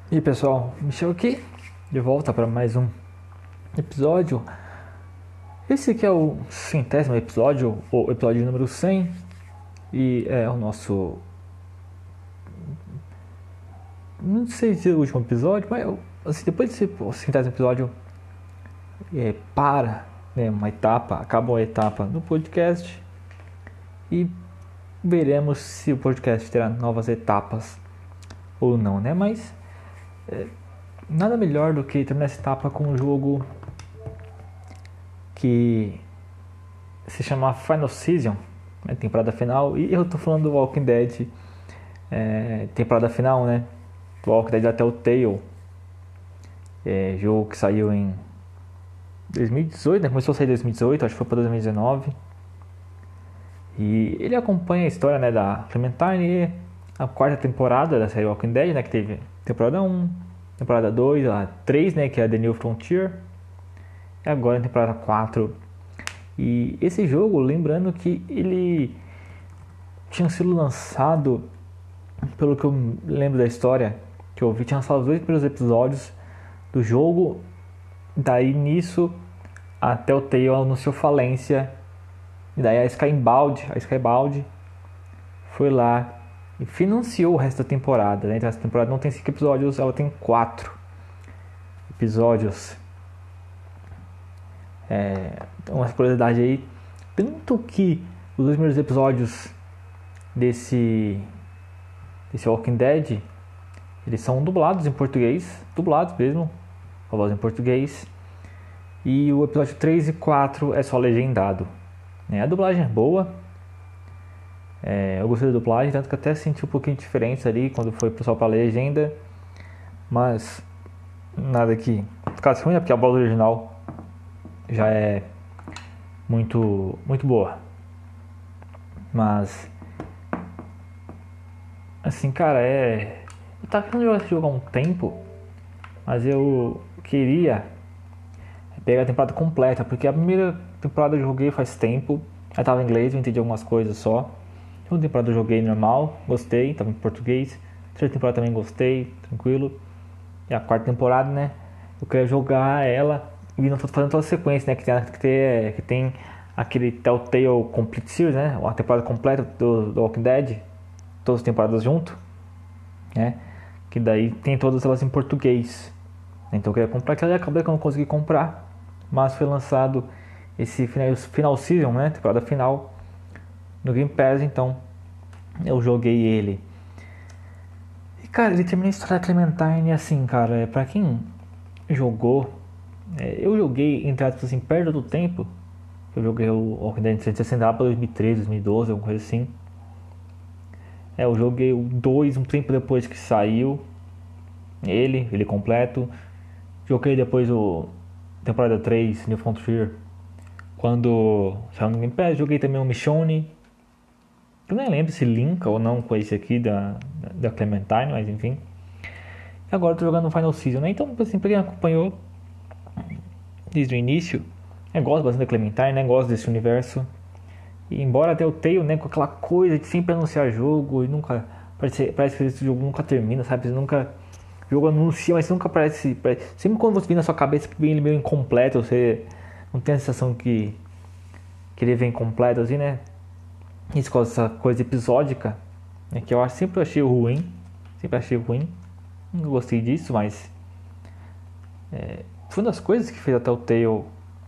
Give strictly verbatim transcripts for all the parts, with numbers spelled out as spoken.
E aí pessoal, Michel aqui, de volta para mais um episódio. Esse aqui é o centésimo episódio, o episódio número cem. E é o nosso... Não sei se é o último episódio, mas assim, depois desse centésimo episódio é, para né, uma etapa, acaba uma etapa no podcast. E veremos se o podcast terá novas etapas ou não, né? Mas... É, nada melhor do que terminar essa etapa com um jogo que se chama Final Season, né, temporada final. E eu tô falando do Walking Dead, é, temporada final, né? Walking Dead até o Telltale, é, jogo que saiu em dois mil e dezoito, né? Começou a sair em dois mil e dezoito, acho que foi para dois mil e dezenove. E ele acompanha a história, né, da Clementine e a quarta temporada da série Walking Dead, né? Que teve temporada um, temporada dois, a três, né, que é The New Frontier, e agora a temporada quatro. E esse jogo, lembrando que ele tinha sido lançado, pelo que eu lembro da história que eu vi, tinha lançado os dois primeiros episódios do jogo. Daí nisso até o Telltale anunciou falência, e daí a Skybound, a Skybound foi lá e financiou o resto da temporada, né? Então essa temporada não tem cinco episódios, ela tem quatro episódios. É uma curiosidade aí, tanto que os dois primeiros episódios desse desse Walking Dead, eles são dublados em português, dublados mesmo, a voz em português, e o episódio três e quatro é só legendado, né? A dublagem é boa, é, eu gostei da dublagem, tanto que até senti um pouquinho de diferença ali quando foi só pra legenda, mas nada que ficasse ruim, né? Porque a voz original já é muito, muito boa. Mas assim, cara, é... eu tava querendo jogar esse jogo há um tempo, mas eu queria pegar a temporada completa, porque a primeira temporada eu joguei faz tempo, aí tava em inglês, eu entendi algumas coisas só. A segunda temporada eu joguei normal, gostei, tava em português. A terceira temporada também gostei, tranquilo. E a quarta temporada, né, eu queria jogar ela e não tô fazendo toda a sequência, né, que tem, que tem, que tem aquele Telltale Complete Series, né, a temporada completa do, do Walking Dead, todas as temporadas junto, né, que daí tem todas elas em português. Então eu queria comprar aquela e acabei que eu não consegui comprar, mas foi lançado esse final, final season, né, temporada final, no Game Pass, então eu joguei ele. E cara, ele termina a história da Clementine assim, cara, é pra quem jogou, é, eu joguei, entre aspas, assim, perto do tempo. Eu joguei o Walking Dead trezentos e sessenta lá para dois mil e treze, dois mil e doze, alguma coisa assim. É, eu joguei o dois um tempo depois que saiu ele, ele completo. Joguei depois o temporada três, New Frontier, quando saiu no Game Pass. Joguei também o Michonne. Eu nem lembro se linka ou não com esse aqui da, da Clementine, mas enfim. E agora eu tô jogando no Final Season, né? Então, assim, pra quem acompanhou desde o início, eu gosto bastante da Clementine, né? Gosto desse universo. E embora até eu tenha, né, com aquela coisa de sempre anunciar jogo e nunca... Parece, parece que esse jogo nunca termina, sabe? Você nunca... O jogo anuncia, mas nunca parece, parece... Sempre quando você vem na sua cabeça, vem ele meio incompleto, você não tem a sensação que... Que ele vem completo, assim, né? Isso com essa coisa episódica, né, que eu sempre achei ruim. Sempre achei ruim. Não gostei disso, mas... É, foi uma das coisas que fez até o Telltale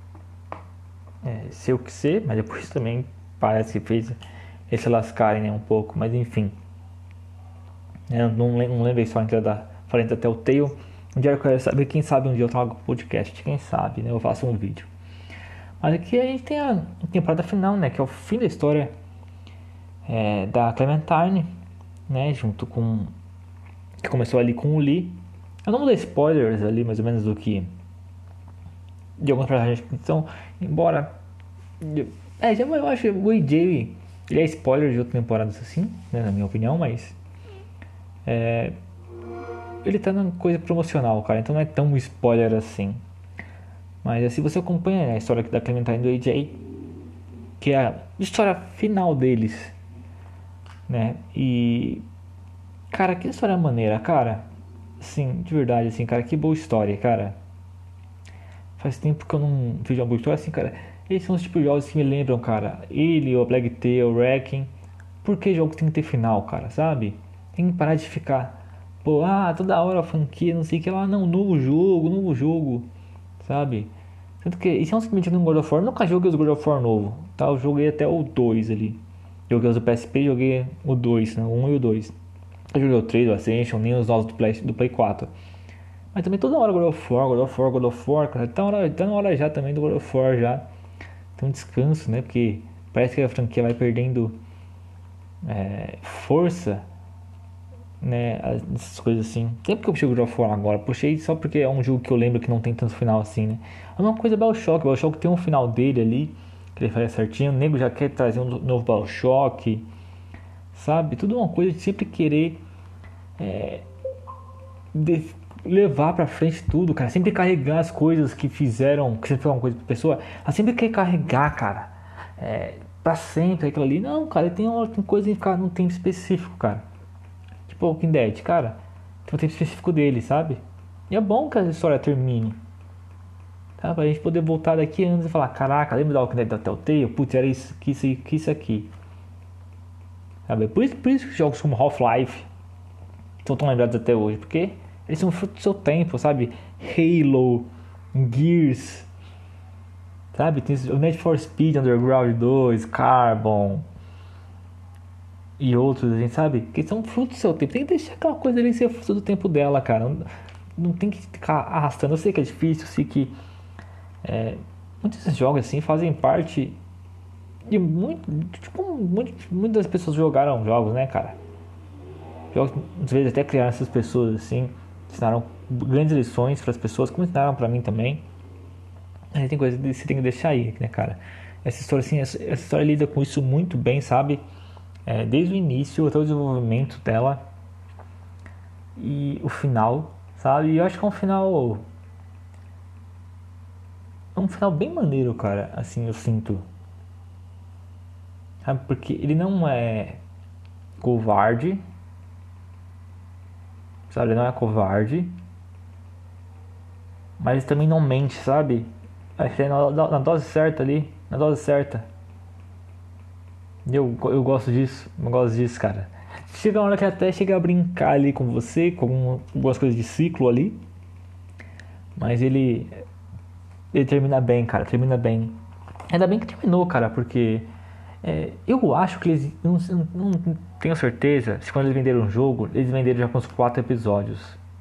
é, ser o que ser, mas depois também parece que fez eles se lascarem, né, um pouco, mas enfim. Eu não, não lembro a história inteira da falência até o Telltale. Um dia eu quero saber, quem sabe um dia eu trago um podcast, quem sabe, né, eu faço um vídeo. Mas aqui a gente tem a temporada final, né, que é o fim da história é, da Clementine, né, junto com... que começou ali com o Lee. Eu não vou dar spoilers ali, mais ou menos, do que... de alguns personagens que estão... Embora... É, já eu acho que o A J... ele é spoiler de outras temporadas assim, né, na minha opinião, mas... É, ele tá na coisa promocional, cara, então não é tão spoiler assim. Mas se você acompanha a história da Clementine e do A J, que é a história final deles, né, e... cara, que história maneira, cara. Sim, de verdade, assim, cara, que boa história, cara. Faz tempo que eu não vejo uma boa história, assim, cara. Esses são os tipos de jogos que me lembram, cara. Ele, o Black Tail, o Wrecking. Por que jogos tem que ter final, cara, sabe? Tem que parar de ficar, pô, ah, toda hora a franquia, não sei o que lá, não, novo jogo, novo jogo, sabe? Tanto que, isso é um simplesmente no God of War, eu nunca joguei os God of War novo, tá? Eu joguei até o dois ali. Joguei os do P S P, joguei o dois, né? O um e o dois. Eu joguei o três, o Ascension, nem os novos do Play, do Play quatro. Mas também toda hora God of War, God of War, God of War, cara. Tá, hora, tá na hora já também do God of War já. Tem um descanso, né? Porque parece que a franquia vai perdendo é, força, né? Essas coisas assim. Sempre que eu puxei o God of War agora, puxei só porque é um jogo que eu lembro que não tem tanto final assim, né? A mesma coisa é BioShock. BioShock tem um final dele ali, que ele faz certinho. O nego já quer trazer um novo BioShock, sabe? Tudo uma coisa de sempre querer é, de levar pra frente tudo, cara. Sempre carregar as coisas que fizeram, que sempre foi uma coisa pra pessoa. Ela sempre quer carregar, cara. É, pra sempre aquilo ali. Não, cara, tem, uma, tem coisa em ficar num tempo específico, cara. Tipo Walking Dead, cara. Tem um tempo específico dele, sabe? E é bom que a história termine. Tá? Pra gente poder voltar daqui anos e falar, caraca, lembra da Walking Dead da Telltale? Putz, era isso aqui, isso aqui, isso aqui. Sabe? Por isso, por isso que jogos como Half-Life são tão lembrados até hoje. Porque eles são fruto do seu tempo, sabe? Halo, Gears, sabe? Tem o Need for Speed Underground dois, Carbon e outros, a gente sabe? Que são fruto do seu tempo. Tem que deixar aquela coisa ali ser fruto do tempo dela, cara. Não, não tem que ficar arrastando. Eu sei que é difícil, eu sei que é, muitos desses jogos assim fazem parte de muito, tipo, muito, muitas pessoas jogaram jogos, né, cara? Jogos, às vezes até criaram essas pessoas assim, ensinaram grandes lições para as pessoas, como ensinaram para mim também. Mas tem coisa que você tem que deixar aí, né, cara? Essa história assim, essa, essa história lida com isso muito bem, sabe? É, desde o início até o desenvolvimento dela e o final, sabe? E eu acho que é um final, é um final bem maneiro, cara. Assim, eu sinto, sabe? Porque ele não é covarde, sabe? Ele não é covarde, mas também não mente, sabe? Acho que é na, na dose certa ali, na dose certa. Eu, eu gosto disso, eu gosto disso, cara. Chega uma hora que até chega a brincar ali com você, com algumas coisas de ciclo ali. Mas ele, ele termina bem, cara, termina bem. Ainda bem que terminou, cara, porque é, eu acho que eles, não, não tenho certeza se quando eles venderam o jogo, eles venderam já com uns quatro episódios.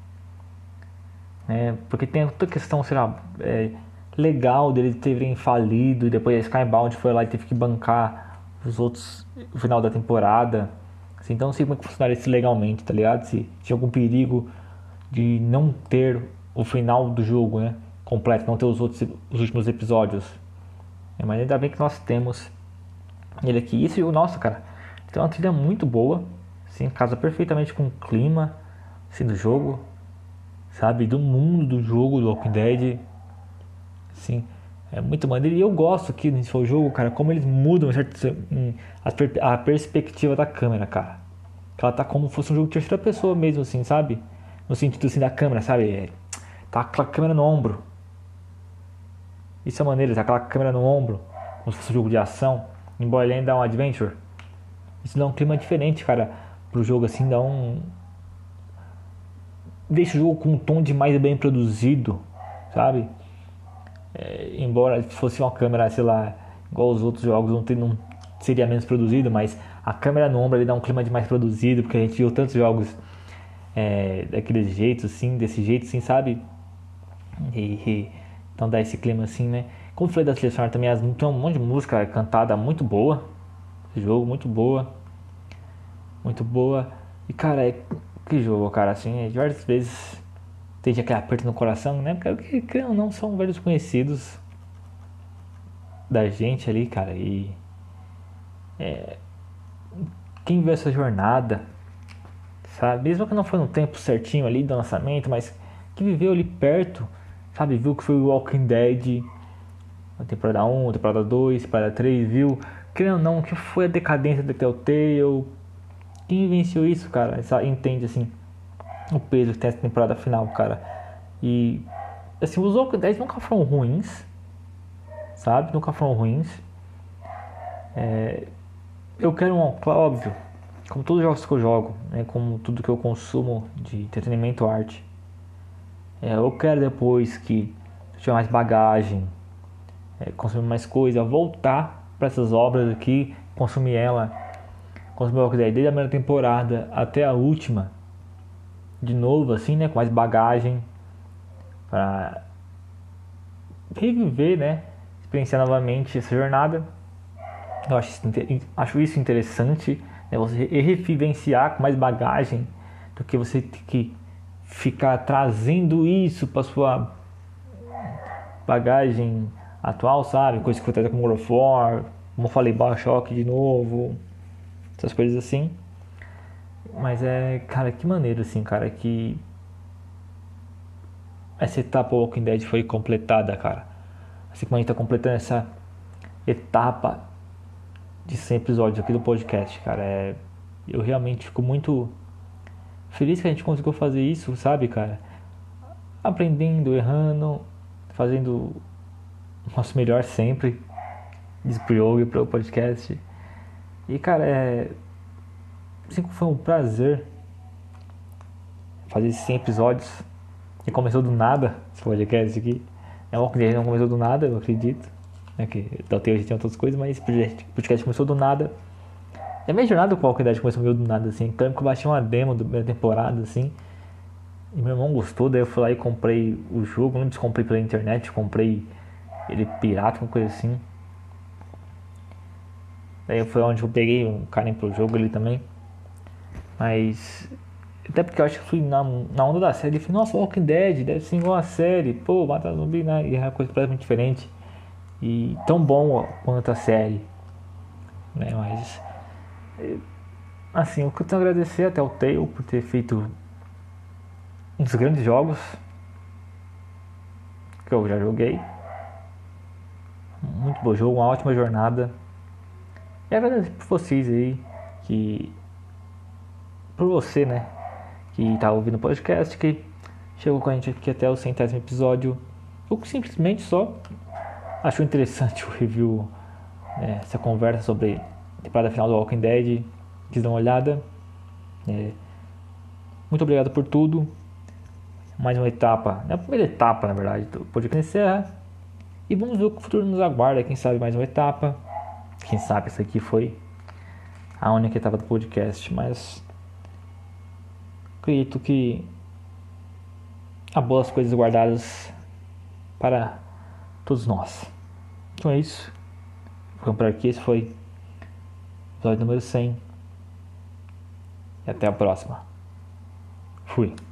É, porque tem toda a questão, sei lá, é, legal deles terem falido e depois a Skybound foi lá e teve que bancar os outros no final da temporada. Assim, então não sei como é que funcionaria isso legalmente, tá ligado? Se tinha algum perigo de não ter o final do jogo, né, completo, não ter os outros os últimos episódios. É, mas ainda bem que nós temos ele aqui. Isso, nossa, cara, tem uma trilha muito boa, assim, casa perfeitamente com o clima assim, do jogo, sabe, do mundo do jogo do Walking Dead, assim. É muito maneiro. E eu gosto que nesse jogo, cara, como eles mudam a perspectiva da câmera, cara. Que ela tá como se fosse um jogo de terceira pessoa mesmo, assim, sabe? No sentido assim da câmera, sabe? Tá aquela câmera no ombro. Isso é maneiro, tá aquela câmera no ombro. Como se fosse um jogo de ação. Embora ele ainda é um adventure. Isso dá um clima diferente, cara, pro jogo, assim, dá um... Deixa o jogo com um tom de mais bem produzido, sabe? É, embora fosse uma câmera, sei lá, igual os outros jogos, não, tem, não seria menos produzido, mas a câmera no ombro ele dá um clima de mais produzido, porque a gente viu tantos jogos é, daquele jeito, assim, desse jeito, assim, sabe? E, e, então dá esse clima assim, né? Como eu falei da trilha sonora também, as, tem um monte de música cantada muito boa, esse jogo, muito boa, muito boa. E cara, é, que jogo, cara, assim, diversas vezes tem aquele aperto no coração, né? Porque, creio ou não, são velhos conhecidos da gente ali, cara. E é, quem viu essa jornada, sabe? Mesmo que não foi no tempo certinho ali do lançamento, mas que viveu ali perto, sabe? Viu que foi o Walking Dead, a temporada um, a temporada dois, a temporada três, viu? Creio ou não, que foi a decadência da Telltale. Quem vivenciou isso, cara, entende assim o peso que tem essa temporada final, cara. E assim, os Walking Dead nunca foram ruins, sabe? Nunca foram ruins. É, eu quero um, óbvio, como todos os jogos que eu jogo, né, como tudo que eu consumo de entretenimento, arte. É, eu quero depois que eu tiver mais bagagem, é, consumir mais coisa, voltar para essas obras aqui, consumir ela, consumir o Walking Dead desde a primeira temporada até a última, de novo, assim, né, com mais bagagem, para reviver, né, experienciar novamente essa jornada. Eu acho isso, acho isso interessante, né, você revivenciar com mais bagagem do que você ter que ficar trazendo isso para sua bagagem atual, sabe? Coisa que acontece com World of War, como eu falei, Bioshock de novo, essas coisas assim. Mas é, cara, que maneiro assim, cara, que essa etapa Walking Dead foi completada, cara. Assim como a gente tá completando essa etapa de cem episódios aqui do podcast, cara, é... eu realmente fico muito feliz que a gente conseguiu fazer isso, sabe, cara? Aprendendo, errando, fazendo o nosso melhor sempre. Isso pro jogo e pro podcast. E, cara, é... assim, foi um prazer fazer esses cem episódios. E começou do nada, esse podcast aqui. É um que não começou do nada, eu acredito. É que da hoje tem outras coisas, mas esse podcast começou do nada. É a minha jornada com a Walking Dead começou meio do nada, assim. Então eu baixei uma demo da primeira temporada, assim. E meu irmão gostou, daí eu fui lá e comprei o jogo. Não comprei pela internet, comprei ele pirata, uma coisa assim. Daí foi onde eu peguei um carinho pro jogo ali também. Mas... até porque eu acho que fui na, na onda da série e falei, nossa, Walking Dead deve ser igual a série. Pô, mata zumbi, né? E é uma coisa completamente diferente. E tão bom quanto a série. Né? Mas... assim, eu tenho a agradecer até o Tale por ter feito um dos grandes jogos que eu já joguei. Muito bom jogo, uma ótima jornada. E agradecer por vocês aí, que... por você, né, que tá ouvindo o podcast, que chegou com a gente aqui até o centésimo episódio, ou que simplesmente só achou interessante o review, né, essa conversa sobre a temporada final do Walking Dead, quis dar uma olhada. É, muito obrigado por tudo. Mais uma etapa, é a primeira etapa, na verdade, do podcast encerra. E vamos ver o que o futuro nos aguarda. Quem sabe mais uma etapa. Quem sabe essa aqui foi a única etapa do podcast. Mas acredito que há boas coisas guardadas para todos nós. Então é isso. Vamos por aqui. Esse foi o episódio número cem. E até a próxima. Fui.